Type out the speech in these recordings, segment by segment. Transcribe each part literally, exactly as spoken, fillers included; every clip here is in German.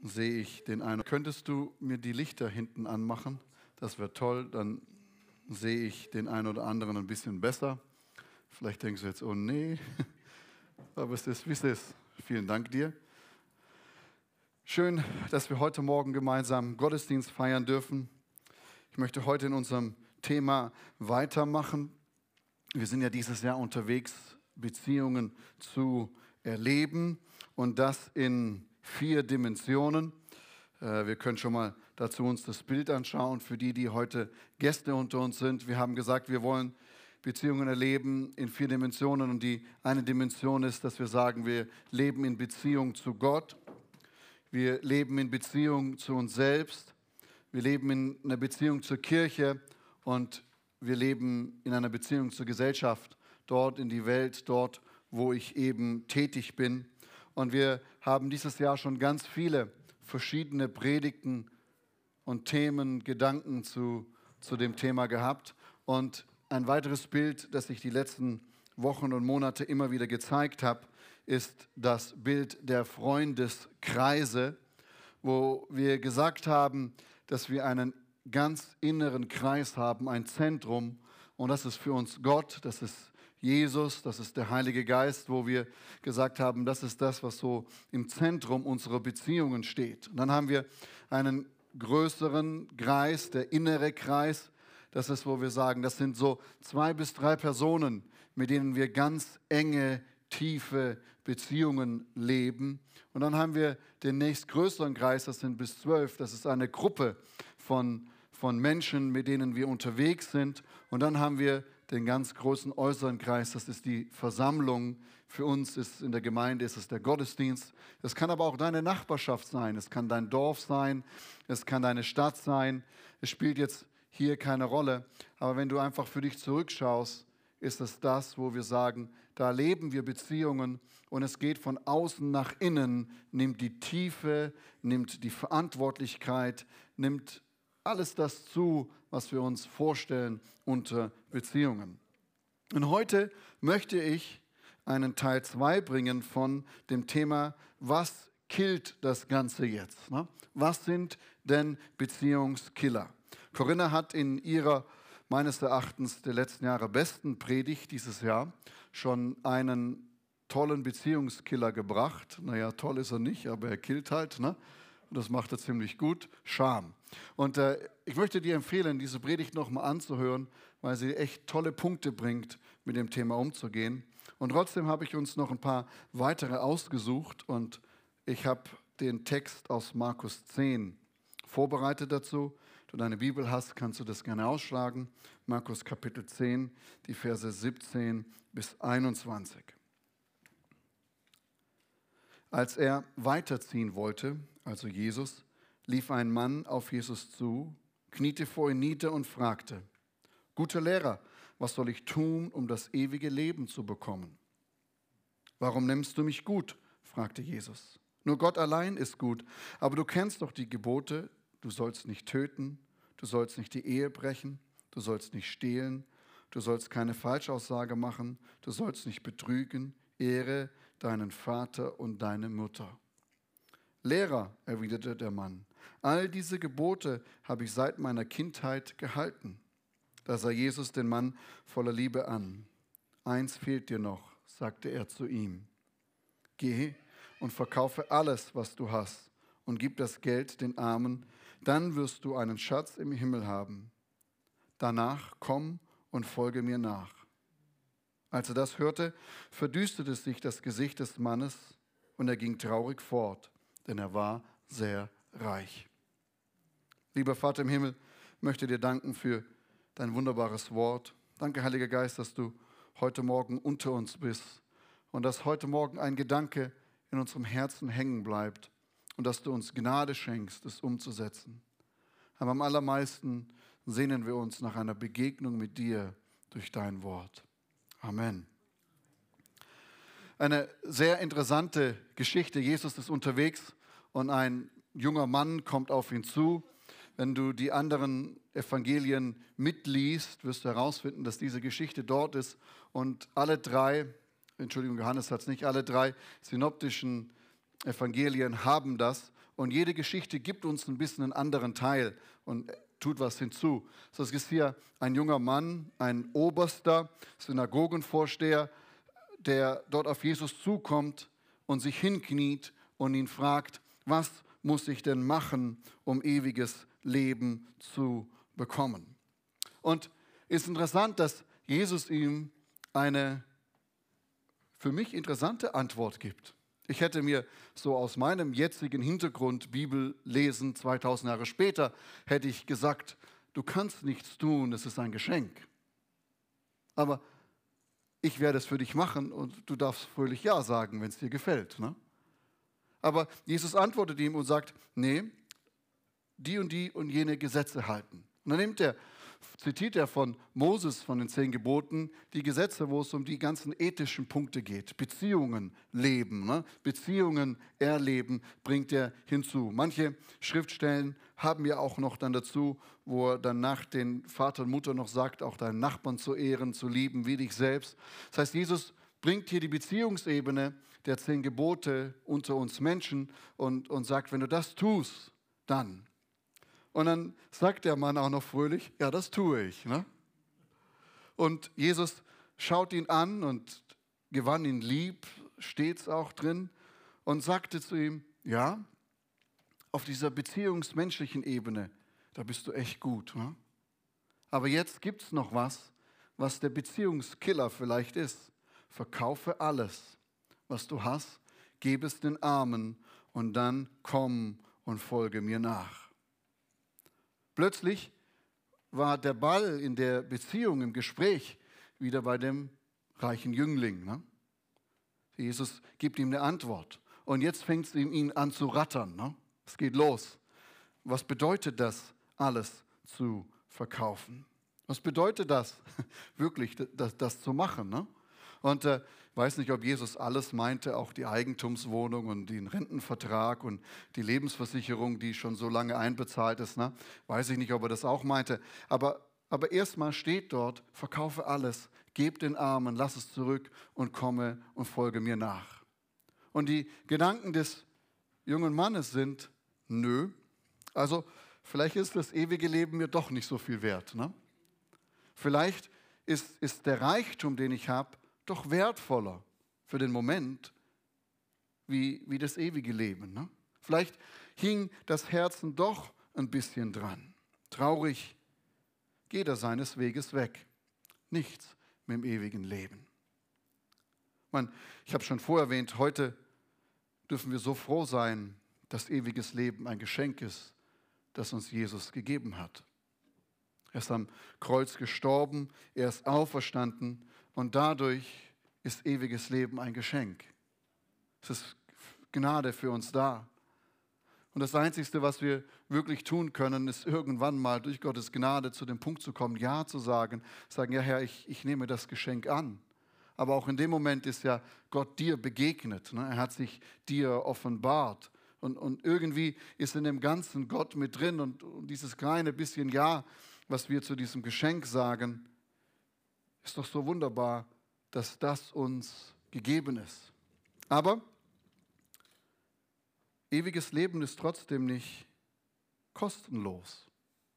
sehe ich den einen. Könntest du mir die Lichter hinten anmachen? Das wäre toll, dann sehe ich den einen oder anderen ein bisschen besser. Vielleicht denkst du jetzt, oh nee, aber es ist, wie es ist. Vielen Dank dir. Schön, dass wir heute Morgen gemeinsam Gottesdienst feiern dürfen. Ich möchte heute in unserem Thema weitermachen. Wir sind ja dieses Jahr unterwegs, Beziehungen zu erleben und das in vier Dimensionen. Wir können schon mal dazu uns das Bild anschauen für die, die heute Gäste unter uns sind. Wir haben gesagt, wir wollen Beziehungen erleben in vier Dimensionen und die eine Dimension ist, dass wir sagen, wir leben in Beziehung zu Gott, wir leben in Beziehung zu uns selbst, wir leben in einer Beziehung zur Kirche und wir leben in einer Beziehung zur Gesellschaft, dort in die Welt, dort, wo ich eben tätig bin. Und wir haben dieses Jahr schon ganz viele verschiedene Predigten und Themen, Gedanken zu, zu dem Thema gehabt. Und ein weiteres Bild, das ich die letzten Wochen und Monate immer wieder gezeigt habe, ist das Bild der Freundeskreise, wo wir gesagt haben, dass wir einen ganz inneren Kreis haben, ein Zentrum. Und das ist für uns Gott, das ist Jesus, das ist der Heilige Geist, wo wir gesagt haben, das ist das, was so im Zentrum unserer Beziehungen steht. Und dann haben wir einen größeren Kreis, der innere Kreis. Das ist, wo wir sagen, das sind so zwei bis drei Personen, mit denen wir ganz enge, tiefe Beziehungen leben. Und dann haben wir den nächstgrößeren Kreis, das sind bis zwölf. Das ist eine Gruppe von, von Menschen, mit denen wir unterwegs sind. Und dann haben wir den ganz großen äußeren Kreis, das ist die Versammlung. Für uns ist in der Gemeinde ist es der Gottesdienst. Es kann aber auch deine Nachbarschaft sein, es kann dein Dorf sein, es kann deine Stadt sein. Es spielt jetzt hier keine Rolle. Aber wenn du einfach für dich zurückschaust, ist es das, wo wir sagen, da leben wir Beziehungen und es geht von außen nach innen, nimmt die Tiefe, nimmt die Verantwortlichkeit, nimmt alles das zu, was wir uns vorstellen unter Beziehungen. Und heute möchte ich einen Teil zwei bringen von dem Thema, was killt das Ganze jetzt? Was sind denn Beziehungskiller? Corinna hat in ihrer, meines Erachtens, der letzten Jahre besten Predigt dieses Jahr schon einen tollen Beziehungskiller gebracht. Naja, toll ist er nicht, aber er killt halt, ne? Und das macht er ziemlich gut. Scham. Und äh, ich möchte dir empfehlen, diese Predigt nochmal anzuhören, weil sie echt tolle Punkte bringt, mit dem Thema umzugehen. Und trotzdem habe ich uns noch ein paar weitere ausgesucht und ich habe den Text aus Markus zehn vorbereitet dazu. Wenn du deine Bibel hast, kannst du das gerne ausschlagen. Markus Kapitel zehn, die Verse siebzehn bis einundzwanzig. Als er weiterziehen wollte, also Jesus, lief ein Mann auf Jesus zu, kniete vor ihn nieder und fragte: Guter Lehrer, was soll ich tun, um das ewige Leben zu bekommen? Warum nimmst du mich gut? Fragte Jesus. Nur Gott allein ist gut, aber du kennst doch die Gebote: Du sollst nicht töten, du sollst nicht die Ehe brechen, du sollst nicht stehlen, du sollst keine Falschaussage machen, du sollst nicht betrügen, ehre deinen Vater und deine Mutter. Lehrer, erwiderte der Mann, all diese Gebote habe ich seit meiner Kindheit gehalten. Da sah Jesus den Mann voller Liebe an. Eins fehlt dir noch, sagte er zu ihm. Geh und verkaufe alles, was du hast, und gib das Geld den Armen, dann wirst du einen Schatz im Himmel haben. Danach komm und folge mir nach. Als er das hörte, verdüsterte sich das Gesicht des Mannes und er ging traurig fort, denn er war sehr reich. Lieber Vater im Himmel, ich möchte dir danken für dein wunderbares Wort. Danke, Heiliger Geist, dass du heute Morgen unter uns bist und dass heute Morgen ein Gedanke in unserem Herzen hängen bleibt und dass du uns Gnade schenkst, es umzusetzen. Aber am allermeisten sehnen wir uns nach einer Begegnung mit dir durch dein Wort. Amen. Eine sehr interessante Geschichte. Jesus ist unterwegs und ein junger Mann kommt auf ihn zu. Wenn du die anderen Evangelien mitliest, wirst du herausfinden, dass diese Geschichte dort ist. Und alle drei, Entschuldigung, Johannes hat es nicht, alle drei synoptischen Evangelien haben das. und jede Geschichte gibt uns ein bisschen einen anderen Teil und tut was hinzu. So, es ist hier ein junger Mann, ein Oberster, Synagogenvorsteher, der dort auf Jesus zukommt und sich hinkniet und ihn fragt, was muss ich denn machen, um ewiges Leben zu bekommen? Und es ist interessant, dass Jesus ihm eine für mich interessante Antwort gibt. Ich hätte mir so aus meinem jetzigen Hintergrund Bibel lesen, zweitausend Jahre später, hätte ich gesagt, du kannst nichts tun, es ist ein Geschenk. Aber ich werde es für dich machen und du darfst fröhlich Ja sagen, wenn es dir gefällt. Ne? Aber Jesus antwortet ihm und sagt, nee, die und die und jene Gesetze halten. Und dann nimmt er, zitiert er von Moses, von den zehn Geboten, die Gesetze, wo es um die ganzen ethischen Punkte geht. Beziehungen leben, ne? Beziehungen erleben, bringt er hinzu. Manche Schriftstellen haben ja auch noch dann dazu, wo er dann nach den Vater und Mutter noch sagt, auch deinen Nachbarn zu ehren, zu lieben, wie dich selbst. Das heißt, Jesus bringt hier die Beziehungsebene der zehn Gebote unter uns Menschen und, und sagt, wenn du das tust, dann. Und dann sagt der Mann auch noch fröhlich, ja, das tue ich. Ne? Und Jesus schaut ihn an und gewann ihn lieb, steht's auch drin, und sagte zu ihm, ja, auf dieser beziehungsmenschlichen Ebene, da bist du echt gut. Ne? Aber jetzt gibt es noch was, was der Beziehungskiller vielleicht ist. Verkaufe alles, was du hast, gebe es den Armen und dann komm und folge mir nach. Plötzlich war der Ball in der Beziehung, im Gespräch wieder bei dem reichen Jüngling. Ne? Jesus gibt ihm eine Antwort. Und jetzt fängt es ihn an zu rattern. Ne? Es geht los. Was bedeutet das, alles zu verkaufen? Was bedeutet das, wirklich das, das zu machen? Ne? Und ich äh, weiß nicht, ob Jesus alles meinte, auch die Eigentumswohnung und den Rentenvertrag und die Lebensversicherung, die schon so lange einbezahlt ist. Ne? Weiß ich nicht, ob er das auch meinte. Aber, aber erstmal steht dort, verkaufe alles, geb den Armen, lass es zurück und komme und folge mir nach. Und die Gedanken des jungen Mannes sind, nö, also vielleicht ist das ewige Leben mir doch nicht so viel wert. Ne? Vielleicht ist, ist der Reichtum, den ich habe, doch wertvoller für den Moment wie, wie das ewige Leben. Ne? Vielleicht hing das Herzen doch ein bisschen dran. Traurig geht er seines Weges weg. Nichts mit dem ewigen Leben. Man, ich habe schon vorher erwähnt, heute dürfen wir so froh sein, dass ewiges Leben ein Geschenk ist, das uns Jesus gegeben hat. Er ist am Kreuz gestorben, er ist auferstanden und dadurch ist ewiges Leben ein Geschenk. Es ist Gnade für uns da. Und das Einzige, was wir wirklich tun können, ist irgendwann mal durch Gottes Gnade zu dem Punkt zu kommen, Ja zu sagen, sagen, ja Herr, ich, ich nehme das Geschenk an. Aber auch in dem Moment ist ja Gott dir begegnet. Ne? Er hat sich dir offenbart. Und, und irgendwie ist in dem Ganzen Gott mit drin und, und dieses kleine bisschen Ja, was wir zu diesem Geschenk sagen, ist doch so wunderbar, dass das uns gegeben ist. Aber ewiges Leben ist trotzdem nicht kostenlos.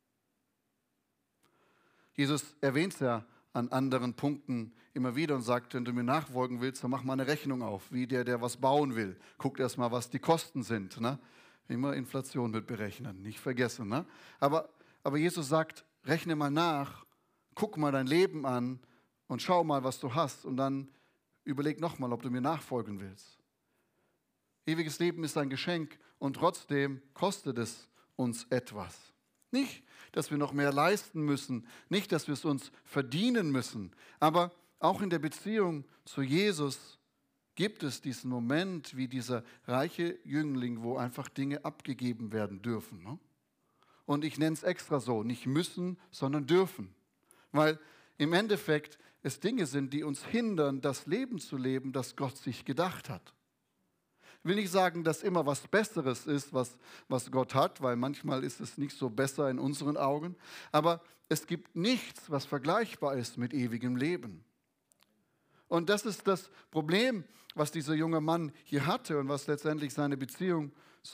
Jesus erwähnt es ja an anderen Punkten immer wieder und sagt, wenn du mir nachfolgen willst, dann mach mal eine Rechnung auf, wie der, der was bauen will. Guckt erst mal, was die Kosten sind. Ne? Immer Inflation mit berechnen, nicht vergessen. Ne? Aber, aber Jesus sagt, rechne mal nach, guck mal dein Leben an und schau mal, was du hast und dann überleg nochmal, ob du mir nachfolgen willst. Ewiges Leben ist ein Geschenk und trotzdem kostet es uns etwas. Nicht, dass wir noch mehr leisten müssen, nicht, dass wir es uns verdienen müssen, aber auch in der Beziehung zu Jesus gibt es diesen Moment wie dieser reiche Jüngling, wo einfach Dinge abgegeben werden dürfen. Ne? Und ich nenne es extra so, nicht müssen, sondern dürfen. Weil im Endeffekt es Dinge sind, die uns hindern, das Leben zu leben, das Gott sich gedacht hat. Ich will nicht sagen, dass immer was Besseres ist, was, was Gott hat, weil manchmal ist es nicht so besser in unseren Augen. Aber es gibt nichts, was vergleichbar ist mit ewigem Leben. Und das ist das Problem, was dieser junge Mann hier hatte und was letztendlich seine Beziehung zu,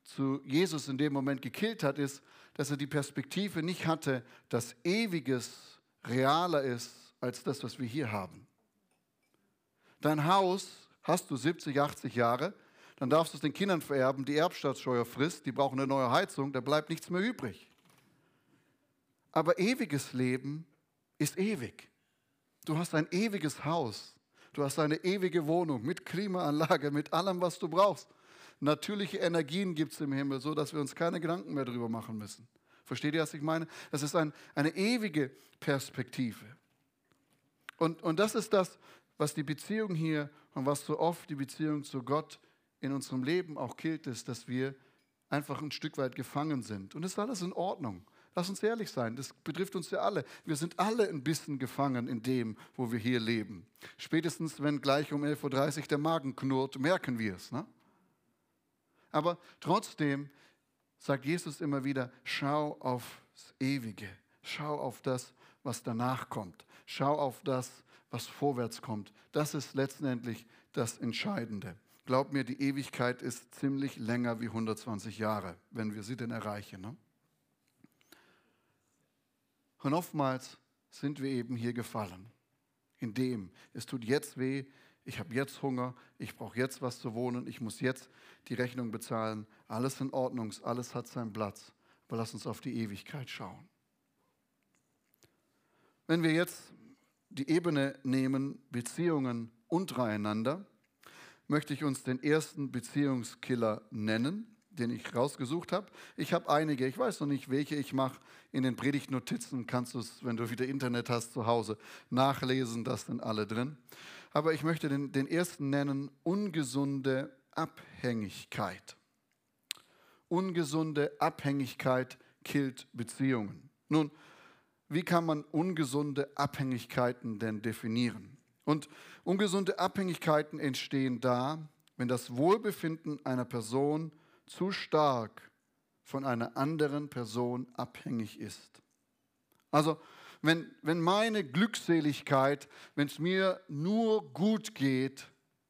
zu Jesus in dem Moment gekillt hat, ist, dass er die Perspektive nicht hatte, dass Ewiges realer ist als das, was wir hier haben. Dein Haus hast du siebzig, achtzig Jahre, dann darfst du es den Kindern vererben, die Erbstaatssteuer frisst, die brauchen eine neue Heizung, da bleibt nichts mehr übrig. Aber ewiges Leben ist ewig. Du hast ein ewiges Haus, du hast eine ewige Wohnung mit Klimaanlage, mit allem, was du brauchst. Natürliche Energien gibt es im Himmel, so dass wir uns keine Gedanken mehr darüber machen müssen. Versteht ihr, was ich meine? Das ist ein, eine ewige Perspektive. Und, und das ist das, was die Beziehung hier und was so oft die Beziehung zu Gott in unserem Leben auch killt, ist, dass wir einfach ein Stück weit gefangen sind. Und das ist alles in Ordnung. Lass uns ehrlich sein, das betrifft uns ja alle. Wir sind alle ein bisschen gefangen in dem, wo wir hier leben. Spätestens, wenn gleich um elf Uhr dreißig der Magen knurrt, merken wir es. Ne? Aber trotzdem sagt Jesus immer wieder, schau aufs Ewige. Schau auf das, was danach kommt. Schau auf das, was vorwärts kommt. Das ist letztendlich das Entscheidende. Glaub mir, die Ewigkeit ist ziemlich länger wie hundertzwanzig Jahre, wenn wir sie denn erreichen. Ne? Und oftmals sind wir eben hier gefallen. In dem, es tut jetzt weh, ich habe jetzt Hunger, ich brauche jetzt was zu wohnen, ich muss jetzt die Rechnung bezahlen. Alles in Ordnung, alles hat seinen Platz. Aber lass uns auf die Ewigkeit schauen. Wenn wir jetzt die Ebene nehmen, Beziehungen untereinander, möchte ich uns den ersten Beziehungskiller nennen, den ich rausgesucht habe. Ich habe einige, ich weiß noch nicht, welche ich mache. In den Predigtnotizen kannst du es, wenn du wieder Internet hast zu Hause, nachlesen, das sind alle drin. Aber ich möchte den, den ersten nennen, ungesunde Abhängigkeit. Ungesunde Abhängigkeit killt Beziehungen. Nun, wie kann man ungesunde Abhängigkeiten denn definieren? Und ungesunde Abhängigkeiten entstehen da, wenn das Wohlbefinden einer Person zu stark von einer anderen Person abhängig ist. Also, wenn, wenn meine Glückseligkeit, wenn es mir nur gut geht,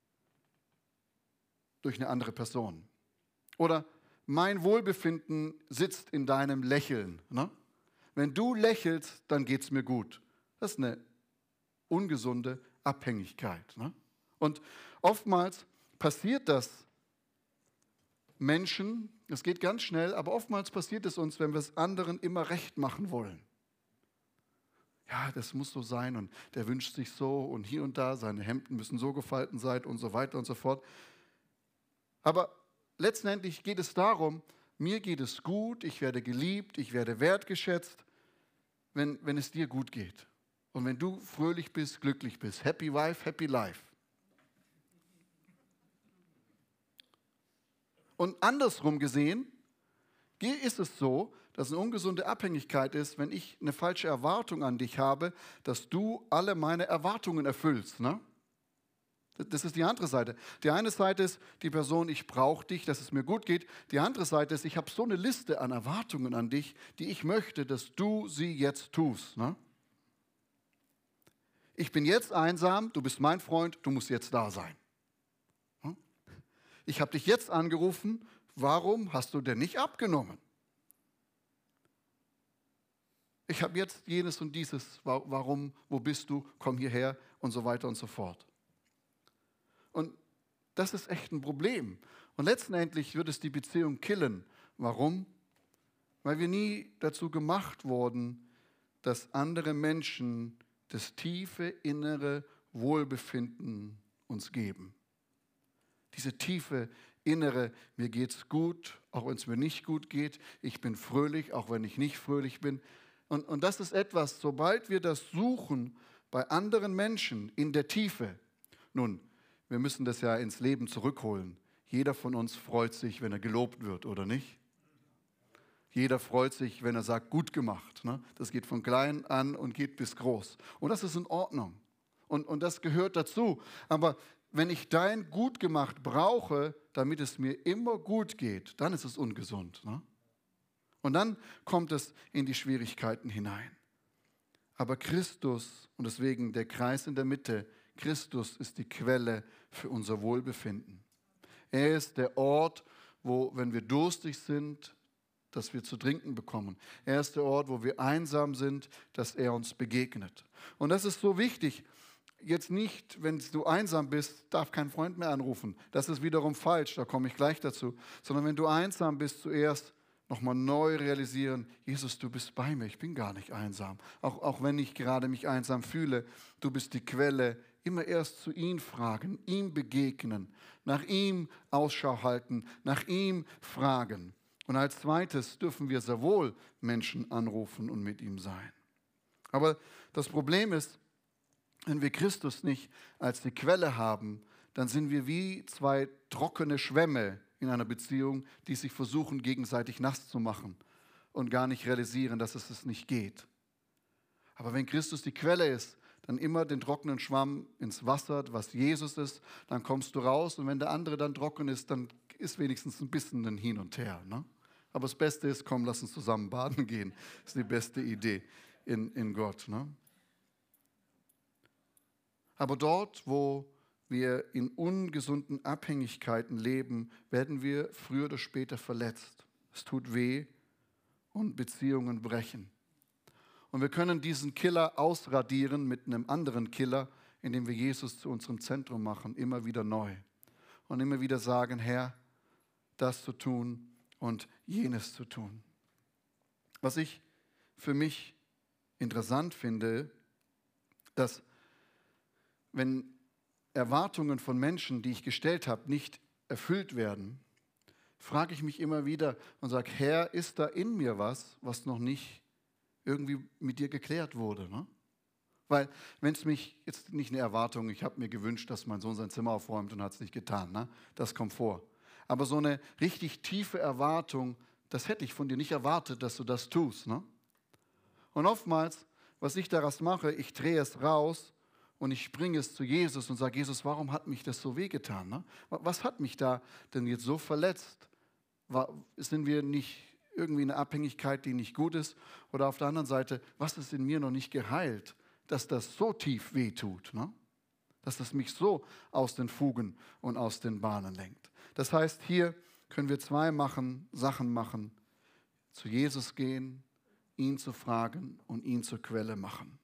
durch eine andere Person. Oder mein Wohlbefinden sitzt in deinem Lächeln. Ne? Wenn du lächelst, dann geht es mir gut. Das ist eine ungesunde Abhängigkeit. Ne? Und oftmals passiert das Menschen, es geht ganz schnell, aber oftmals passiert es uns, wenn wir es anderen immer recht machen wollen. Ja, das muss so sein und der wünscht sich so und hier und da, seine Hemden müssen so gefalten sein und so weiter und so fort. Aber letztendlich geht es darum, mir geht es gut, ich werde geliebt, ich werde wertgeschätzt, wenn, wenn es dir gut geht. Und wenn du fröhlich bist, glücklich bist. Happy wife, happy life. Und andersrum gesehen, ist es so, dass eine ungesunde Abhängigkeit ist, wenn ich eine falsche Erwartung an dich habe, dass du alle meine Erwartungen erfüllst. Ne? Das ist die andere Seite. Die eine Seite ist die Person, ich brauche dich, dass es mir gut geht. Die andere Seite ist, ich habe so eine Liste an Erwartungen an dich, die ich möchte, dass du sie jetzt tust. Ne? Ich bin jetzt einsam, du bist mein Freund, du musst jetzt da sein. Ich habe dich jetzt angerufen, warum hast du denn nicht abgenommen? Ich habe jetzt jenes und dieses, warum, wo bist du, komm hierher und so weiter und so fort. Und das ist echt ein Problem. Und letztendlich wird es die Beziehung killen. Warum? Weil wir nie dazu gemacht wurden, dass andere Menschen das tiefe innere Wohlbefinden uns geben. Diese tiefe innere, mir geht's gut, auch wenn es mir nicht gut geht. Ich bin fröhlich, auch wenn ich nicht fröhlich bin. Und, und das ist etwas, sobald wir das suchen bei anderen Menschen in der Tiefe. Nun, wir müssen das ja ins Leben zurückholen. Jeder von uns freut sich, wenn er gelobt wird, oder nicht? Jeder freut sich, wenn er sagt, gut gemacht. Ne? Das geht von klein an und geht bis groß. Und das ist in Ordnung. Und, und das gehört dazu. Aber wenn ich dein gut gemacht brauche, damit es mir immer gut geht, dann ist es ungesund. Ne? Und dann kommt es in die Schwierigkeiten hinein. Aber Christus, und deswegen der Kreis in der Mitte, Christus ist die Quelle für unser Wohlbefinden. Er ist der Ort, wo, wenn wir durstig sind, dass wir zu trinken bekommen. Er ist der Ort, wo wir einsam sind, dass er uns begegnet. Und das ist so wichtig. Jetzt nicht, wenn du einsam bist, darf kein Freund mehr anrufen. Das ist wiederum falsch, da komme ich gleich dazu. Sondern wenn du einsam bist, zuerst nochmal neu realisieren, Jesus, du bist bei mir, ich bin gar nicht einsam. Auch, auch wenn ich gerade mich einsam fühle, du bist die Quelle. Immer erst zu ihm fragen, ihm begegnen, nach ihm Ausschau halten, nach ihm fragen. Und als zweites dürfen wir sehr wohl Menschen anrufen und mit ihm sein. Aber das Problem ist, wenn wir Christus nicht als die Quelle haben, dann sind wir wie zwei trockene Schwämme in einer Beziehung, die sich versuchen, gegenseitig nass zu machen und gar nicht realisieren, dass es es nicht geht. Aber wenn Christus die Quelle ist, dann immer den trockenen Schwamm ins Wasser, was Jesus ist, dann kommst du raus und wenn der andere dann trocken ist, dann ist wenigstens ein bisschen ein Hin und Her. Ne? Aber das Beste ist, komm, lass uns zusammen baden gehen. Das ist die beste Idee in, in Gott. Ne? Aber dort, wo wir in ungesunden Abhängigkeiten leben, werden wir früher oder später verletzt. Es tut weh und Beziehungen brechen. Und wir können diesen Killer ausradieren mit einem anderen Killer, indem wir Jesus zu unserem Zentrum machen, immer wieder neu. Und immer wieder sagen, Herr, das zu tun und jenes zu tun. Was ich für mich interessant finde, dass wenn Erwartungen von Menschen, die ich gestellt habe, nicht erfüllt werden, frage ich mich immer wieder und sage, Herr, ist da in mir was, was noch nicht irgendwie mit dir geklärt wurde? Ne? Weil wenn es mich, jetzt nicht eine Erwartung, ich habe mir gewünscht, dass mein Sohn sein Zimmer aufräumt und hat es nicht getan, ne? Das kommt vor. Aber so eine richtig tiefe Erwartung, das hätte ich von dir nicht erwartet, dass du das tust. Ne? Und oftmals, was ich daraus mache, ich drehe es raus, und ich bringe es zu Jesus und sage, Jesus, warum hat mich das so wehgetan? Ne? Was hat mich da denn jetzt so verletzt? War, sind wir nicht irgendwie in einer Abhängigkeit, die nicht gut ist? Oder auf der anderen Seite, was ist in mir noch nicht geheilt, dass das so tief wehtut? Ne? Dass das mich so aus den Fugen und aus den Bahnen lenkt. Das heißt, hier können wir zwei machen, Sachen machen. Zu Jesus gehen, ihn zu fragen und ihn zur Quelle machen.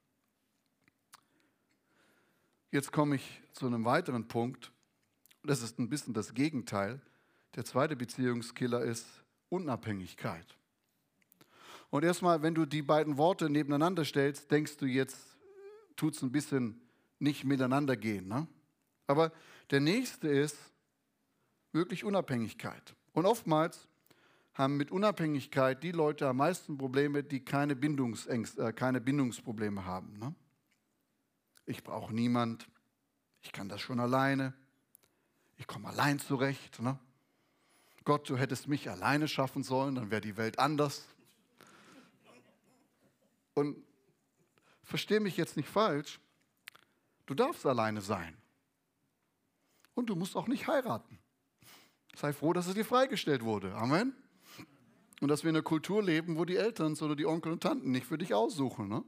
Jetzt komme ich zu einem weiteren Punkt. Das ist ein bisschen das Gegenteil. Der zweite Beziehungskiller ist Unabhängigkeit. Und erstmal, wenn du die beiden Worte nebeneinander stellst, denkst du, jetzt tut es ein bisschen nicht miteinander gehen. Ne? Aber der nächste ist wirklich Unabhängigkeit. Und oftmals haben mit Unabhängigkeit die Leute am meisten Probleme, die keine, Bindungsängste, äh, keine Bindungsprobleme haben. Ne? Ich brauche niemand, ich kann das schon alleine, ich komme allein zurecht. Ne? Gott, du hättest mich alleine schaffen sollen, dann wäre die Welt anders. Und verstehe mich jetzt nicht falsch, du darfst alleine sein. Und du musst auch nicht heiraten. Sei froh, dass es dir freigestellt wurde. Amen. Und dass wir in einer Kultur leben, wo die Eltern oder die Onkel und Tanten nicht für dich aussuchen. Ne?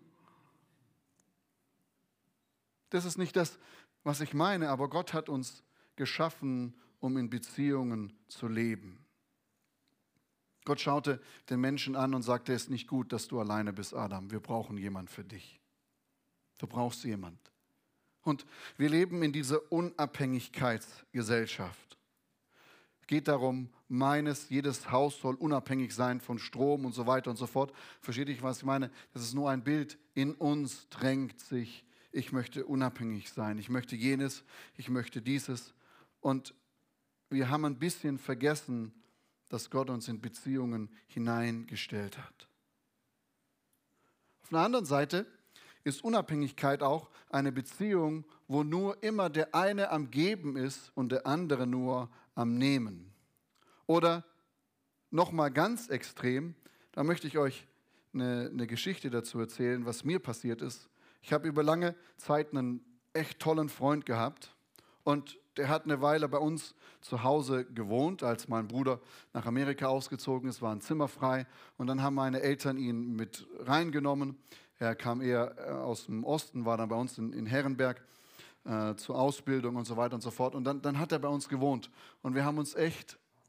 Das ist nicht das, was ich meine, aber Gott hat uns geschaffen, um in Beziehungen zu leben. Gott schaute den Menschen an und sagte, es ist nicht gut, dass du alleine bist, Adam. Wir brauchen jemand für dich. Du brauchst jemand. Und wir leben in dieser Unabhängigkeitsgesellschaft. Es geht darum, meines, jedes Haus soll unabhängig sein von Strom und so weiter und so fort. Versteht ihr, was ich meine? Das ist nur ein Bild. In uns drängt sich, ich möchte unabhängig sein, ich möchte jenes, ich möchte dieses. Und wir haben ein bisschen vergessen, dass Gott uns in Beziehungen hineingestellt hat. Auf der anderen Seite ist Unabhängigkeit auch eine Beziehung, wo nur immer der eine am Geben ist und der andere nur am Nehmen. Oder nochmal ganz extrem, da möchte ich euch eine, eine Geschichte dazu erzählen, was mir passiert ist. Ich habe über lange Zeit einen echt tollen Freund gehabt und der hat eine Weile bei uns zu Hause gewohnt, als mein Bruder nach Amerika ausgezogen ist, war ein Zimmer frei und dann haben meine Eltern ihn mit reingenommen. Er kam eher aus dem Osten, war dann bei uns in, in Herrenberg äh, zur Ausbildung und so weiter und so fort und dann, dann hat er bei uns gewohnt und wir haben uns echt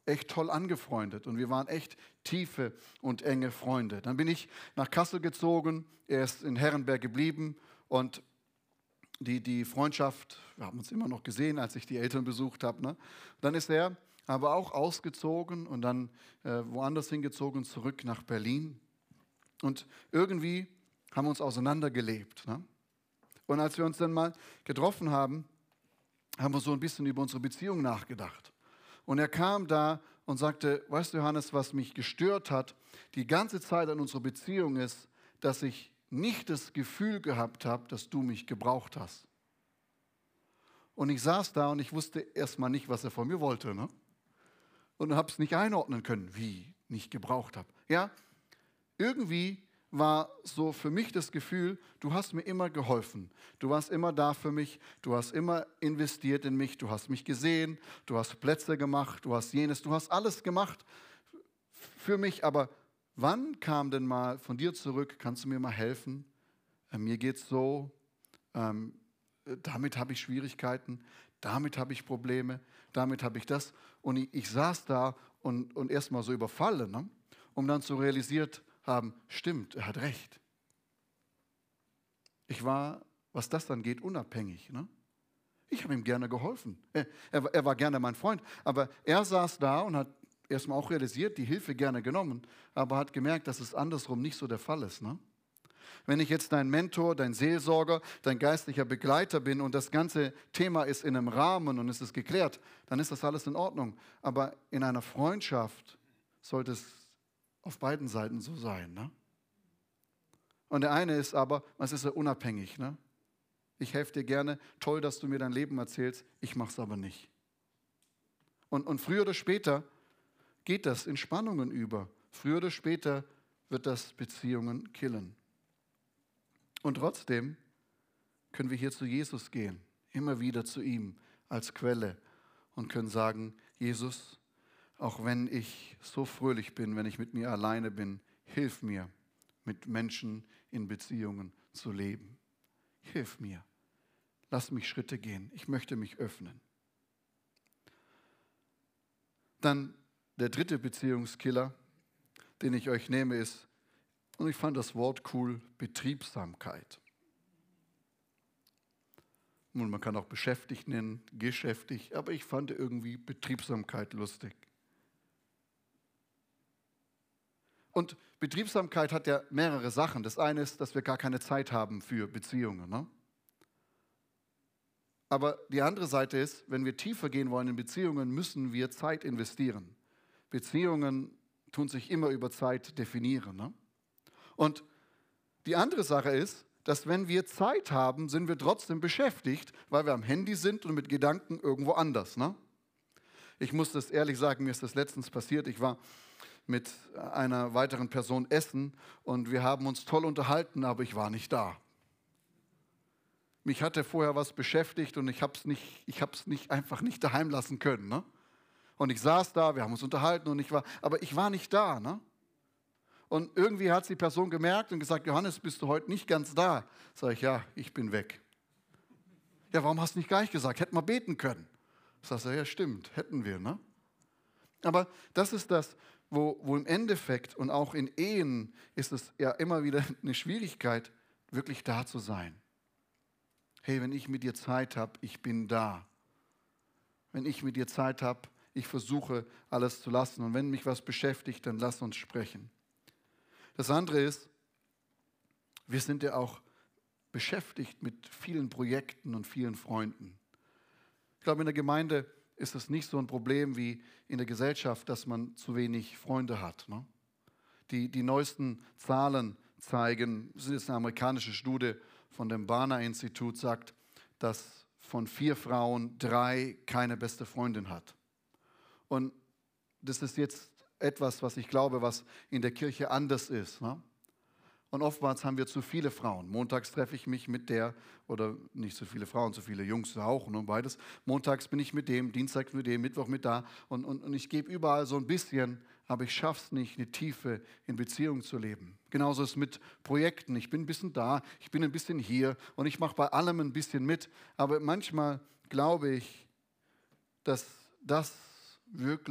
echt toll angefreundet und wir waren echt tiefe und enge Freunde. Dann bin ich nach Kassel gezogen, er ist in Herrenberg geblieben und die, die Freundschaft, wir haben uns immer noch gesehen, als ich die Eltern besucht habe. Ne? Dann ist er aber auch ausgezogen und dann äh, woanders hingezogen, zurück nach Berlin. Und irgendwie haben wir uns auseinandergelebt. Ne? Und als wir uns dann mal getroffen haben, haben wir so ein bisschen über unsere Beziehung nachgedacht. Und er kam da und sagte, weißt du Johannes, was mich gestört hat, die ganze Zeit an unserer Beziehung ist, dass ich nicht das Gefühl gehabt habe, dass du mich gebraucht hast. Und ich saß da und ich wusste erstmal nicht, was er von mir wollte. Ne? Und habe es nicht einordnen können, wie nicht gebraucht habe. Ja, irgendwie war so für mich das Gefühl, du hast mir immer geholfen. Du warst immer da für mich. Du hast immer investiert in mich. Du hast mich gesehen. Du hast Plätze gemacht. Du hast jenes. Du hast alles gemacht für mich. Aber wann kam denn mal von dir zurück, kannst du mir mal helfen? Äh, mir geht's so. Ähm, damit habe ich Schwierigkeiten. Damit habe ich Probleme. Damit habe ich das. Und ich, ich saß da und, und erst mal so überfallen, ne? Um dann zu realisiert haben, stimmt, er hat recht. Ich war, was das dann geht, unabhängig. Ne? Ich habe ihm gerne geholfen. Er, er, er war gerne mein Freund. Aber er saß da und hat erstmal auch realisiert, die Hilfe gerne genommen, aber hat gemerkt, dass es andersrum nicht so der Fall ist. Ne? Wenn ich jetzt dein Mentor, dein Seelsorger, dein geistlicher Begleiter bin und das ganze Thema ist in einem Rahmen und es ist geklärt, dann ist das alles in Ordnung. Aber in einer Freundschaft sollte es auf beiden Seiten so sein. Ne? Und der eine ist aber, was ist er, unabhängig. Ne? Ich helfe dir gerne, toll, dass du mir dein Leben erzählst, ich mache es aber nicht. Und, und früher oder später geht das in Spannungen über. Früher oder später wird das Beziehungen killen. Und trotzdem können wir hier zu Jesus gehen, immer wieder zu ihm als Quelle und können sagen, Jesus, auch wenn ich so fröhlich bin, wenn ich mit mir alleine bin, hilf mir, mit Menschen in Beziehungen zu leben. Hilf mir. Lass mich Schritte gehen. Ich möchte mich öffnen. Dann der dritte Beziehungskiller, den ich euch nehme, ist, und ich fand das Wort cool, Betriebsamkeit. Und man kann auch beschäftigt nennen, geschäftig, aber ich fand irgendwie Betriebsamkeit lustig. Und Betriebsamkeit hat ja mehrere Sachen. Das eine ist, dass wir gar keine Zeit haben für Beziehungen. Ne? Aber die andere Seite ist, wenn wir tiefer gehen wollen in Beziehungen, müssen wir Zeit investieren. Beziehungen tun sich immer über Zeit definieren. Ne? Und die andere Sache ist, dass wenn wir Zeit haben, sind wir trotzdem beschäftigt, weil wir am Handy sind und mit Gedanken irgendwo anders. Ne? Ich muss das ehrlich sagen, mir ist das letztens passiert. Ich war mit einer weiteren Person essen und wir haben uns toll unterhalten, aber ich war nicht da. Mich hatte vorher was beschäftigt und ich habe es nicht, ich habe es nicht einfach nicht daheim lassen können. Ne? Und ich saß da, wir haben uns unterhalten und ich war, aber ich war nicht da. Ne? Und irgendwie hat die Person gemerkt und gesagt, Johannes, bist du heute nicht ganz da? Sag ich, ja, ich bin weg. Ja, warum hast du nicht gleich gesagt? Hätten wir beten können. Sag ich, ja, stimmt, hätten wir. Ne? Aber das ist das, wo, wo im Endeffekt und auch in Ehen ist es ja immer wieder eine Schwierigkeit, wirklich da zu sein. Hey, wenn ich mit dir Zeit habe, ich bin da. Wenn ich mit dir Zeit habe, ich versuche alles zu lassen. Und wenn mich was beschäftigt, dann lass uns sprechen. Das andere ist, wir sind ja auch beschäftigt mit vielen Projekten und vielen Freunden. Ich glaube, in der Gemeinde ist es nicht so ein Problem wie in der Gesellschaft, dass man zu wenig Freunde hat. Ne? Die, die neuesten Zahlen zeigen, das ist jetzt eine amerikanische Studie von dem Barna-Institut, sagt, dass von vier Frauen drei keine beste Freundin hat. Und das ist jetzt etwas, was ich glaube, was in der Kirche anders ist. Ne? Und oftmals haben wir zu viele Frauen. Montags treffe ich mich mit der, oder nicht so viele Frauen, so viele Jungs auch, ne, beides. Montags bin ich mit dem, Dienstags mit dem, Mittwoch mit da. Und, und, und ich gebe überall so ein bisschen, aber ich schaffe es nicht, eine Tiefe in Beziehung zu leben. Genauso ist es mit Projekten. Ich bin ein bisschen da, ich bin ein bisschen hier und ich mache bei allem ein bisschen mit. Aber manchmal glaube ich, dass das wirklich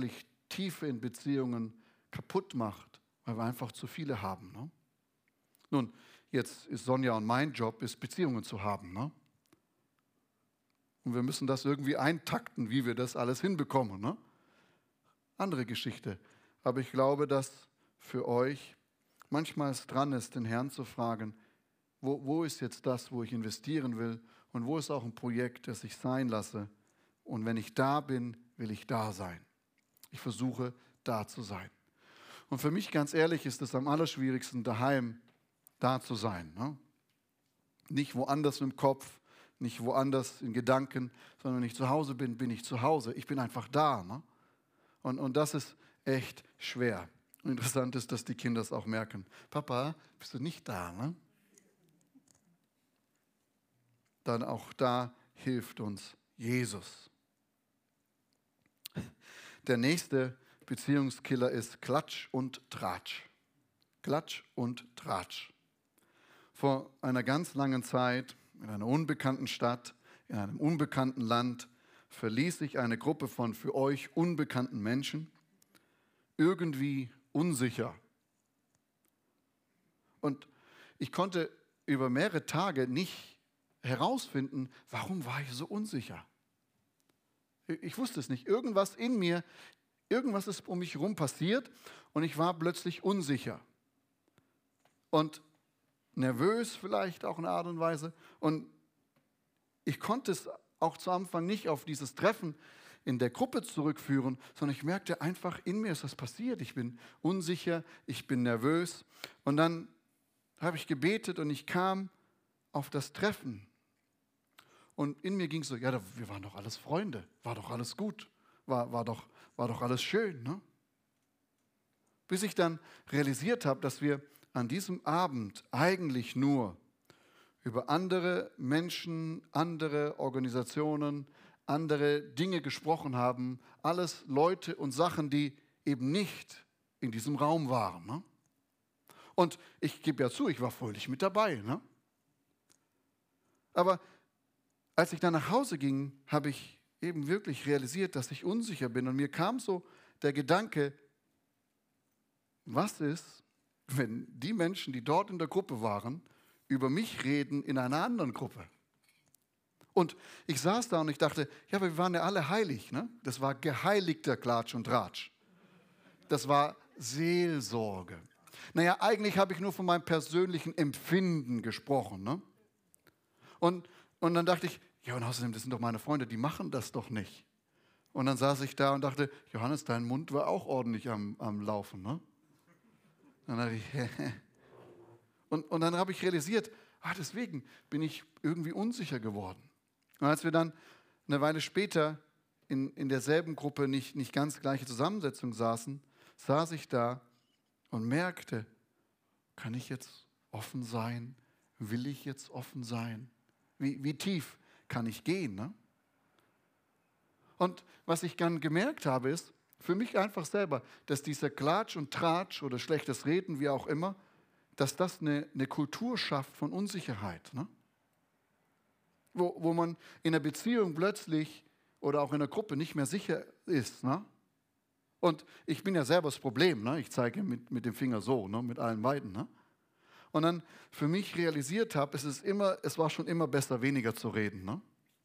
Tiefe in Beziehungen kaputt macht, weil wir einfach zu viele haben. Ne? Nun, jetzt ist Sonja und mein Job, ist Beziehungen zu haben. Ne? Und wir müssen das irgendwie eintakten, wie wir das alles hinbekommen. Ne? Andere Geschichte. Aber ich glaube, dass für euch manchmal es dran ist, den Herrn zu fragen, wo, wo ist jetzt das, wo ich investieren will und wo ist auch ein Projekt, das ich sein lasse. Und wenn ich da bin, will ich da sein. Ich versuche, da zu sein. Und für mich, ganz ehrlich, ist es am allerschwierigsten, daheim da zu sein. Ne? Nicht woanders im Kopf, nicht woanders in Gedanken, sondern wenn ich zu Hause bin, bin ich zu Hause. Ich bin einfach da. Ne? Und, und das ist echt schwer. Und interessant ist, dass die Kinder es auch merken. Papa, bist du nicht da? Ne? Dann auch da hilft uns Jesus. Der nächste Beziehungskiller ist Klatsch und Tratsch. Klatsch und Tratsch. Vor einer ganz langen Zeit in einer unbekannten Stadt, in einem unbekannten Land, verließ ich eine Gruppe von für euch unbekannten Menschen, irgendwie unsicher. Und ich konnte über mehrere Tage nicht herausfinden, warum war ich so unsicher. Ich wusste es nicht. Irgendwas in mir, irgendwas ist um mich herum passiert und ich war plötzlich unsicher. Und nervös vielleicht auch in einer Art und Weise. Und ich konnte es auch zu Anfang nicht auf dieses Treffen in der Gruppe zurückführen, sondern ich merkte einfach, in mir ist was passiert. Ich bin unsicher, ich bin nervös. Und dann habe ich gebetet und ich kam auf das Treffen. Und in mir ging es so, ja, wir waren doch alles Freunde, war doch alles gut, war, war, doch, war doch alles schön. Ne? Bis ich dann realisiert habe, dass wir an diesem Abend eigentlich nur über andere Menschen, andere Organisationen, andere Dinge gesprochen haben. Alles Leute und Sachen, die eben nicht in diesem Raum waren. Ne? Und ich gebe ja zu, ich war fröhlich mit dabei. Ne? Aber als ich dann nach Hause ging, habe ich eben wirklich realisiert, dass ich unsicher bin. Und mir kam so der Gedanke, was ist, wenn die Menschen, die dort in der Gruppe waren, über mich reden in einer anderen Gruppe? Und ich saß da und ich dachte, ja, aber wir waren ja alle heilig. Ne? Das war geheiligter Klatsch und Tratsch. Das war Seelsorge. Naja, eigentlich habe ich nur von meinem persönlichen Empfinden gesprochen. Ne? Und, und dann dachte ich, ja, und außerdem, das sind doch meine Freunde, die machen das doch nicht. Und dann saß ich da und dachte, Johannes, dein Mund war auch ordentlich am, am Laufen. Ne? Dann dachte ich, und, und dann habe ich realisiert, ah, deswegen bin ich irgendwie unsicher geworden. Und als wir dann eine Weile später in, in derselben Gruppe, nicht, nicht ganz gleiche Zusammensetzung saßen, saß ich da und merkte, kann ich jetzt offen sein? Will ich jetzt offen sein? Wie, wie tief kann ich gehen? Ne? Und was ich dann gemerkt habe, ist, für mich einfach selber, dass dieser Klatsch und Tratsch oder schlechtes Reden, wie auch immer, dass das eine, eine Kultur schafft von Unsicherheit. Ne? Wo, wo man in einer Beziehung plötzlich oder auch in einer Gruppe nicht mehr sicher ist. Ne? Und ich bin ja selber das Problem. Ne? Ich zeige mit, mit dem Finger so, ne? Mit allen beiden. Ne? Und dann für mich realisiert habe, es ist immer, es war schon immer besser, weniger zu reden. Ne?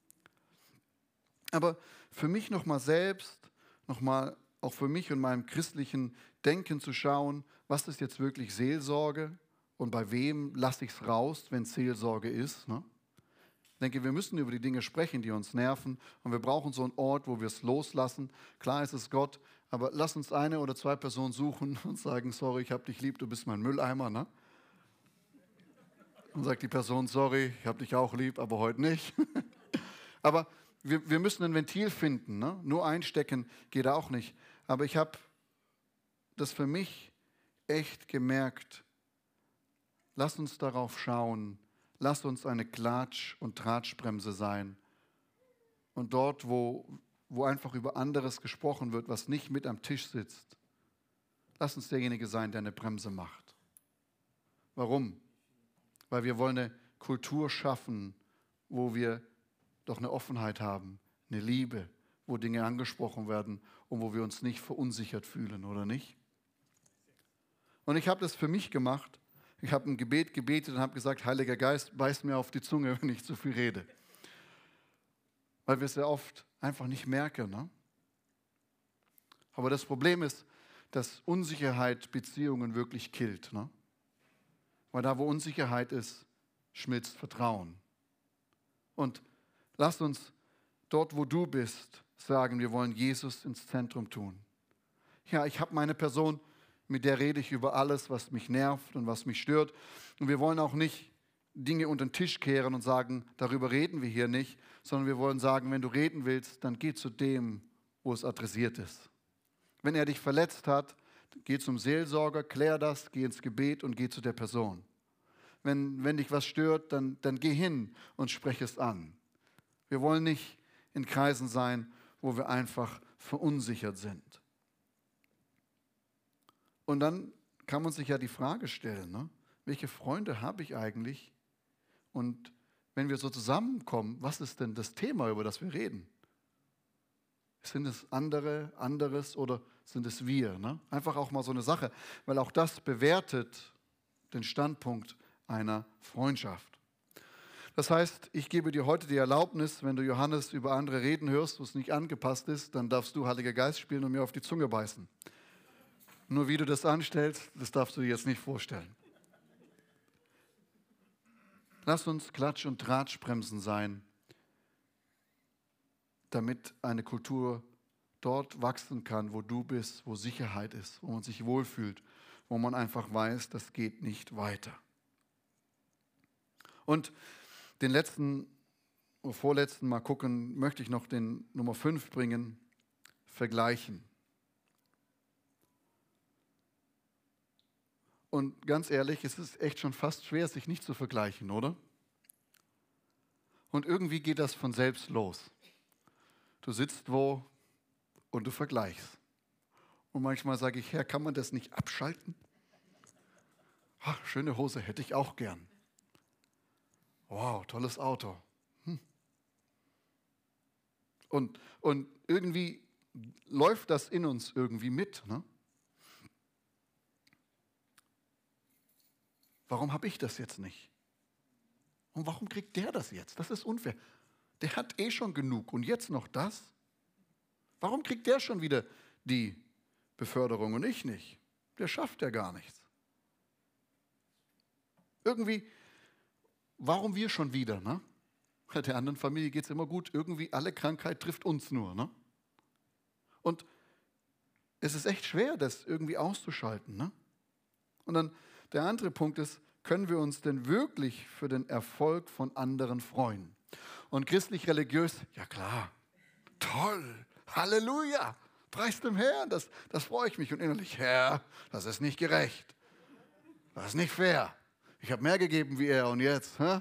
Aber für mich nochmal selbst, nochmal auch für mich und meinem christlichen Denken zu schauen, was ist jetzt wirklich Seelsorge und bei wem lasse ich es raus, wenn es Seelsorge ist. Ne? Ich denke, wir müssen über die Dinge sprechen, die uns nerven und wir brauchen so einen Ort, wo wir es loslassen. Klar ist es Gott, aber lass uns eine oder zwei Personen suchen und sagen, sorry, ich habe dich lieb, du bist mein Mülleimer. Ne? Und sagt die Person, sorry, ich habe dich auch lieb, aber heute nicht. Aber wir, wir müssen ein Ventil finden. Ne? Nur einstecken geht auch nicht. Aber ich habe das für mich echt gemerkt. Lass uns darauf schauen. Lass uns eine Klatsch- und Tratschbremse sein. Und dort, wo, wo einfach über anderes gesprochen wird, was nicht mit am Tisch sitzt, lass uns derjenige sein, der eine Bremse macht. Warum? Weil wir wollen eine Kultur schaffen, wo wir doch eine Offenheit haben, eine Liebe, wo Dinge angesprochen werden und wo wir uns nicht verunsichert fühlen, oder nicht? Und ich habe das für mich gemacht. Ich habe ein Gebet gebetet und habe gesagt, Heiliger Geist, beiß mir auf die Zunge, wenn ich zu viel rede. Weil wir es ja oft einfach nicht merken. Ne? Aber das Problem ist, dass Unsicherheit Beziehungen wirklich killt. Ne? Weil da, wo Unsicherheit ist, schmilzt Vertrauen. Und lass uns dort, wo du bist, sagen, wir wollen Jesus ins Zentrum tun. Ja, ich habe meine Person, mit der rede ich über alles, was mich nervt und was mich stört. Und wir wollen auch nicht Dinge unter den Tisch kehren und sagen, darüber reden wir hier nicht, sondern wir wollen sagen, wenn du reden willst, dann geh zu dem, wo es adressiert ist. Wenn er dich verletzt hat, geh zum Seelsorger, klär das, geh ins Gebet und geh zu der Person. Wenn, wenn dich was stört, dann, dann geh hin und spreche es an. Wir wollen nicht in Kreisen sein, wo wir einfach verunsichert sind. Und dann kann man sich ja die Frage stellen, ne? Welche Freunde habe ich eigentlich? Und wenn wir so zusammenkommen, was ist denn das Thema, über das wir reden? Sind es andere, anderes oder sind es wir? Ne? Einfach auch mal so eine Sache, weil auch das bewertet den Standpunkt einer Freundschaft. Das heißt, ich gebe dir heute die Erlaubnis, wenn du Johannes über andere reden hörst, wo es nicht angepasst ist, dann darfst du Heiliger Geist spielen und mir auf die Zunge beißen. Nur wie du das anstellst, das darfst du dir jetzt nicht vorstellen. Lass uns Klatsch- und Tratschbremsen sein, damit eine Kultur dort wachsen kann, wo du bist, wo Sicherheit ist, wo man sich wohlfühlt, wo man einfach weiß, das geht nicht weiter. Und den letzten, oder vorletzten Mal gucken, möchte ich noch den Nummer fünf bringen, vergleichen. Und ganz ehrlich, es ist echt schon fast schwer, sich nicht zu vergleichen, oder? Und irgendwie geht das von selbst los. Du sitzt wo und du vergleichst. Und manchmal sage ich, Herr, kann man das nicht abschalten? Ach, schöne Hose, hätte ich auch gern. Wow, tolles Auto. Hm. Und, und irgendwie läuft das in uns irgendwie mit, ne? Warum habe ich das jetzt nicht? Und warum kriegt der das jetzt? Das ist unfair. Der hat eh schon genug und jetzt noch das? Warum kriegt der schon wieder die Beförderung und ich nicht? Der schafft ja gar nichts. Irgendwie, warum wir schon wieder? Ne? Der anderen Familie geht es immer gut. Irgendwie alle Krankheit trifft uns nur. Ne? Und es ist echt schwer, das irgendwie auszuschalten. Ne? Und dann der andere Punkt ist, können wir uns denn wirklich für den Erfolg von anderen freuen? Und christlich-religiös, ja klar, toll, Halleluja, preis dem Herrn, das, das freue ich mich. Und innerlich, Herr, das ist nicht gerecht, das ist nicht fair. Ich habe mehr gegeben wie er und jetzt. Hä?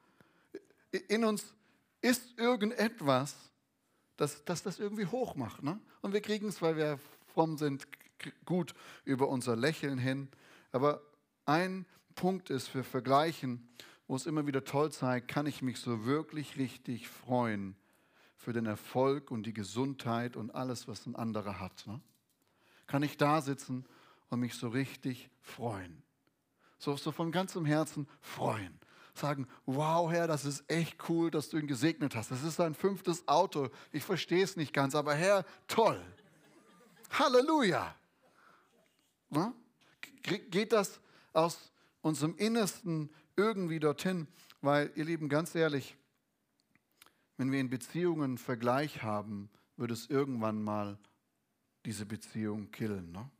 In uns ist irgendetwas, das, das das irgendwie hoch macht. Ne? Und wir kriegen es, weil wir fromm sind, gut über unser Lächeln hin. Aber ein Punkt ist für Vergleichen, wo es immer wieder toll zeigt, kann ich mich so wirklich richtig freuen für den Erfolg und die Gesundheit und alles, was ein anderer hat. Ne? Kann ich da sitzen und mich so richtig freuen. So, so von ganzem Herzen freuen. Sagen, wow Herr, das ist echt cool, dass du ihn gesegnet hast. Das ist dein fünftes Auto. Ich verstehe es nicht ganz, aber Herr, toll. Halleluja. Ne? Geht das aus unserem Innersten irgendwie dorthin? Weil, ihr Lieben, ganz ehrlich, wenn wir in Beziehungen Vergleich haben, wird es irgendwann mal diese Beziehung killen. Ne?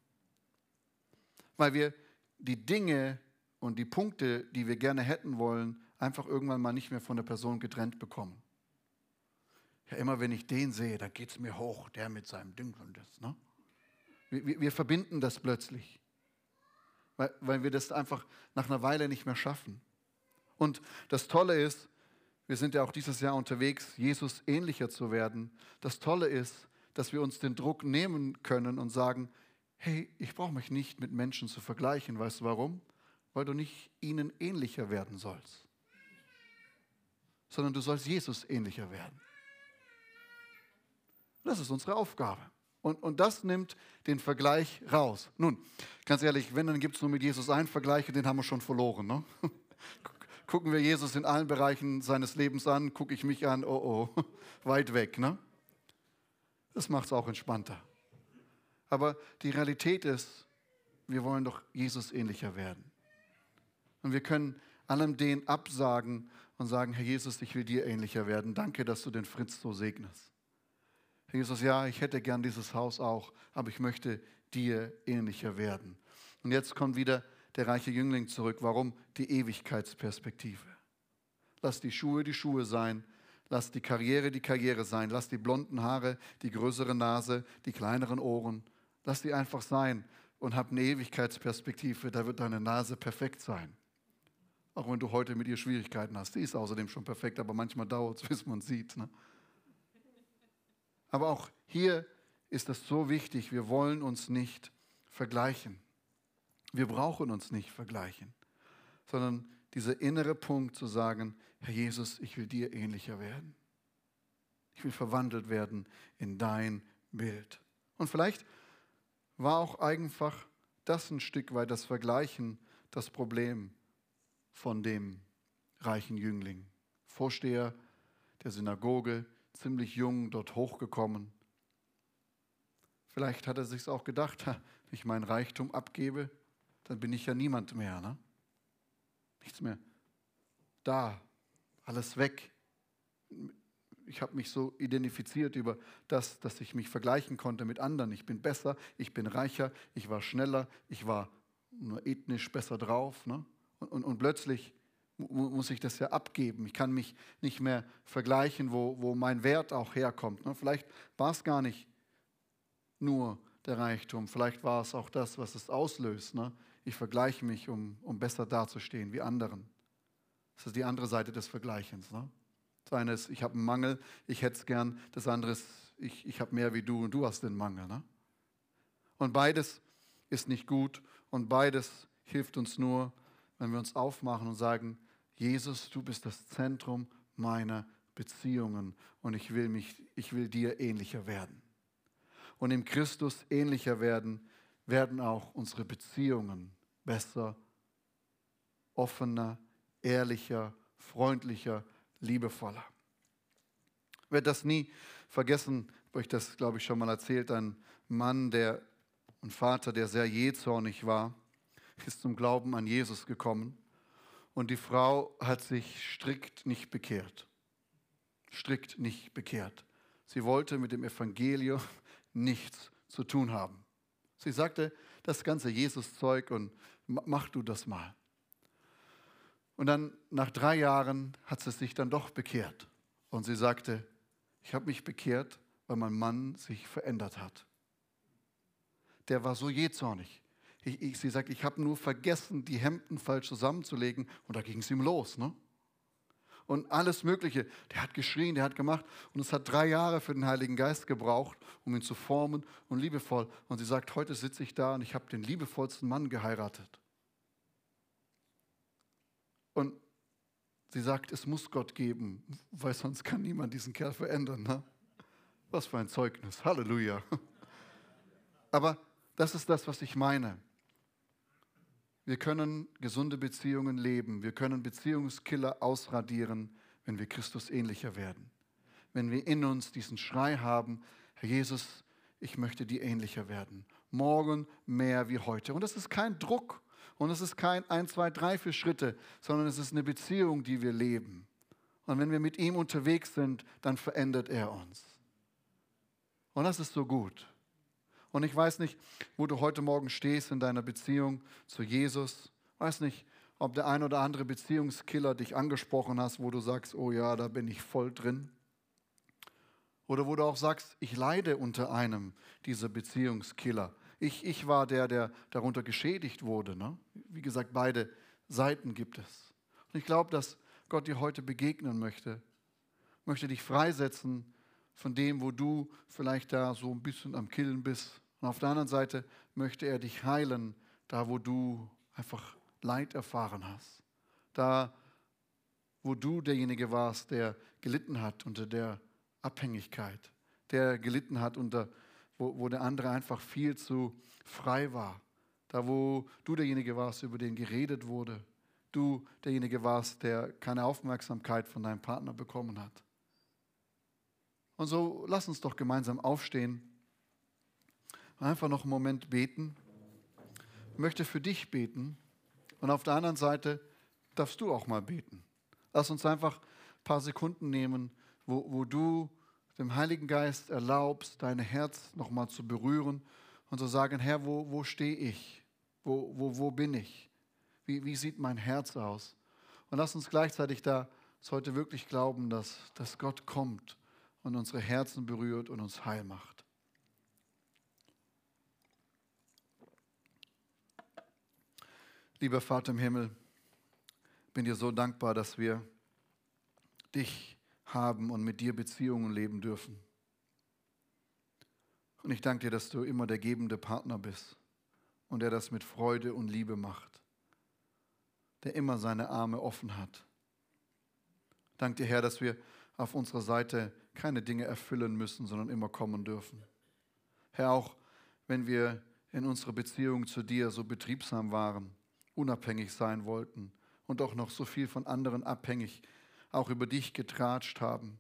Weil wir die Dinge und die Punkte, die wir gerne hätten wollen, einfach irgendwann mal nicht mehr von der Person getrennt bekommen. Ja, immer wenn ich den sehe, dann geht es mir hoch, der mit seinem Ding und das. Ne? Wir, wir, wir verbinden das plötzlich. Weil, weil wir das einfach nach einer Weile nicht mehr schaffen. Und das Tolle ist, wir sind ja auch dieses Jahr unterwegs, Jesus ähnlicher zu werden. Das Tolle ist, dass wir uns den Druck nehmen können und sagen, hey, ich brauche mich nicht mit Menschen zu vergleichen. Weißt du warum? Weil du nicht ihnen ähnlicher werden sollst. Sondern du sollst Jesus ähnlicher werden. Das ist unsere Aufgabe. Und, und das nimmt den Vergleich raus. Nun, ganz ehrlich, wenn, dann gibt es nur mit Jesus einen Vergleich und den haben wir schon verloren. Ne? Gucken wir Jesus in allen Bereichen seines Lebens an, gucke ich mich an, oh oh, weit weg. Ne? Das macht es auch entspannter. Aber die Realität ist, wir wollen doch Jesus ähnlicher werden. Und wir können allem den absagen und sagen, Herr Jesus, ich will dir ähnlicher werden. Danke, dass du den Fritz so segnest. Herr Jesus, ja, ich hätte gern dieses Haus auch, aber ich möchte dir ähnlicher werden. Und jetzt kommt wieder der reiche Jüngling zurück. Warum? Die Ewigkeitsperspektive. Lass die Schuhe die Schuhe sein. Lass die Karriere die Karriere sein. Lass die blonden Haare, die größere Nase, die kleineren Ohren. Lass die einfach sein und hab eine Ewigkeitsperspektive. Da wird deine Nase perfekt sein. Auch wenn du heute mit ihr Schwierigkeiten hast. Die ist außerdem schon perfekt, aber manchmal dauert es, bis man sieht. Ne? Aber auch hier ist es so wichtig, wir wollen uns nicht vergleichen. Wir brauchen uns nicht vergleichen, sondern dieser innere Punkt zu sagen, Herr Jesus, ich will dir ähnlicher werden. Ich will verwandelt werden in dein Bild. Und vielleicht war auch einfach das ein Stück weit das Vergleichen das Problem von dem reichen Jüngling. Vorsteher der Synagoge, ziemlich jung, dort hochgekommen. Vielleicht hat er sich auch gedacht, wenn ich meinen Reichtum abgebe, dann bin ich ja niemand mehr. Ne? Nichts mehr da, alles weg. Ich habe mich so identifiziert über das, dass ich mich vergleichen konnte mit anderen. Ich bin besser, ich bin reicher, ich war schneller, ich war nur ethnisch besser drauf. Ne? Und, und, und plötzlich muss ich das ja abgeben. Ich kann mich nicht mehr vergleichen, wo, wo mein Wert auch herkommt. Ne? Vielleicht war es gar nicht nur der Reichtum, vielleicht war es auch das, was es auslöst. Ne? Ich vergleiche mich, um, um besser dazustehen wie anderen. Das ist die andere Seite des Vergleichens. Ne? Das eine ist, ich habe einen Mangel, ich hätte es gern. Das andere ist, ich, ich habe mehr wie du und du hast den Mangel. Ne? Und beides ist nicht gut und beides hilft uns nur, wenn wir uns aufmachen und sagen, Jesus, du bist das Zentrum meiner Beziehungen und ich will, mich, ich will dir ähnlicher werden. Und im Christus ähnlicher werden, werden auch unsere Beziehungen besser, offener, ehrlicher, freundlicher, liebevoller. Ich werde das nie vergessen, ich habe euch das, glaube ich, schon mal erzählt, ein Mann, der, ein Vater, der sehr jähzornig war, ist zum Glauben an Jesus gekommen und die Frau hat sich strikt nicht bekehrt. Strikt nicht bekehrt. Sie wollte mit dem Evangelium nichts zu tun haben. Sie sagte, das ganze Jesus-Zeug und mach du das mal. Und dann nach drei Jahren hat sie sich dann doch bekehrt. Und sie sagte, ich habe mich bekehrt, weil mein Mann sich verändert hat. Der war so jähzornig. Ich, ich, sie sagt, ich habe nur vergessen, die Hemden falsch zusammenzulegen. Und da ging es ihm los. Ne? Und alles Mögliche. Der hat geschrien, der hat gemacht. Und es hat drei Jahre für den Heiligen Geist gebraucht, um ihn zu formen und liebevoll. Und sie sagt, heute sitze ich da und ich habe den liebevollsten Mann geheiratet. Und sie sagt, es muss Gott geben, weil sonst kann niemand diesen Kerl verändern. Ne? Was für ein Zeugnis. Halleluja. Aber das ist das, was ich meine. Wir können gesunde Beziehungen leben. Wir können Beziehungskiller ausradieren, wenn wir Christus ähnlicher werden. Wenn wir in uns diesen Schrei haben, Herr Jesus, ich möchte dir ähnlicher werden. Morgen mehr wie heute. Und das ist kein Druck. Und es ist kein ein, zwei, drei, vier Schritte, sondern es ist eine Beziehung, die wir leben. Und wenn wir mit ihm unterwegs sind, dann verändert er uns. Und das ist so gut. Und ich weiß nicht, wo du heute Morgen stehst in deiner Beziehung zu Jesus. Ich weiß nicht, ob der ein oder andere Beziehungskiller dich angesprochen hast, wo du sagst, oh ja, da bin ich voll drin. Oder wo du auch sagst, ich leide unter einem dieser Beziehungskiller. Ich, ich war der, der darunter geschädigt wurde. Ne? Wie gesagt, beide Seiten gibt es. Und ich glaube, dass Gott dir heute begegnen möchte, möchte dich freisetzen von dem, wo du vielleicht da so ein bisschen am Killen bist. Und auf der anderen Seite möchte er dich heilen, da wo du einfach Leid erfahren hast. Da, wo du derjenige warst, der gelitten hat unter der Abhängigkeit. der gelitten hat, unter, wo, wo der andere einfach viel zu frei war. Da, wo du derjenige warst, über den geredet wurde. Du derjenige warst, der keine Aufmerksamkeit von deinem Partner bekommen hat. Und so lass uns doch gemeinsam aufstehen und einfach noch einen Moment beten. Ich möchte für dich beten und auf der anderen Seite darfst du auch mal beten. Lass uns einfach ein paar Sekunden nehmen, wo, wo du dem Heiligen Geist erlaubst, dein Herz nochmal zu berühren und zu sagen, Herr, wo, wo stehe ich? Wo, wo, wo bin ich? Wie, wie sieht mein Herz aus? Und lass uns gleichzeitig da heute wirklich glauben, dass, dass Gott kommt und unsere Herzen berührt und uns heil macht. Lieber Vater im Himmel, bin dir so dankbar, dass wir dich haben und mit dir Beziehungen leben dürfen. Und ich danke dir, dass du immer der gebende Partner bist und der das mit Freude und Liebe macht, der immer seine Arme offen hat. Danke dir, Herr, dass wir auf unserer Seite keine Dinge erfüllen müssen, sondern immer kommen dürfen. Herr, auch wenn wir in unserer Beziehung zu dir so betriebsam waren, unabhängig sein wollten und auch noch so viel von anderen abhängig, auch über dich getratscht haben.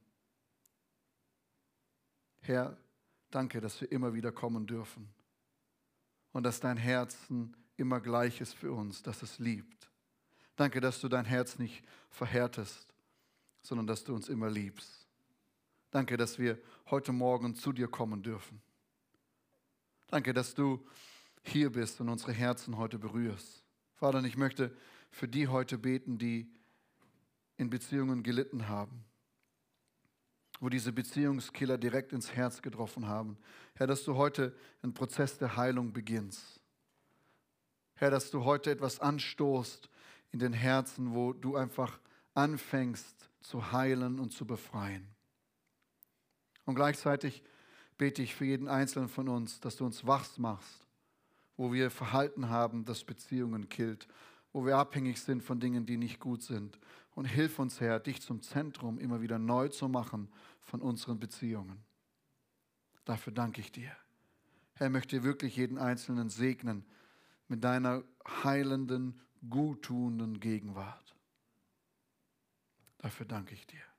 Herr, danke, dass wir immer wieder kommen dürfen und dass dein Herzen immer gleich ist für uns, dass es liebt. Danke, dass du dein Herz nicht verhärtest, sondern dass du uns immer liebst. Danke, dass wir heute Morgen zu dir kommen dürfen. Danke, dass du hier bist und unsere Herzen heute berührst. Vater, ich möchte für die heute beten, die in Beziehungen gelitten haben, wo diese Beziehungskiller direkt ins Herz getroffen haben. Herr, dass du heute einen Prozess der Heilung beginnst. Herr, dass du heute etwas anstoßt in den Herzen, wo du einfach anfängst zu heilen und zu befreien. Und gleichzeitig bete ich für jeden Einzelnen von uns, dass du uns wach machst, wo wir Verhalten haben, das Beziehungen killt, wo wir abhängig sind von Dingen, die nicht gut sind. Und hilf uns, Herr, dich zum Zentrum immer wieder neu zu machen von unseren Beziehungen. Dafür danke ich dir. Herr, ich möchte wirklich jeden Einzelnen segnen mit deiner heilenden, guttuenden Gegenwart. Dafür danke ich dir.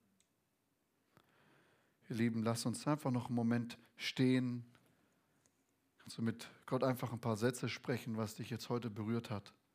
Ihr Lieben, lasst uns einfach noch einen Moment stehen. Kannst du mit Gott einfach ein paar Sätze sprechen, was dich jetzt heute berührt hat?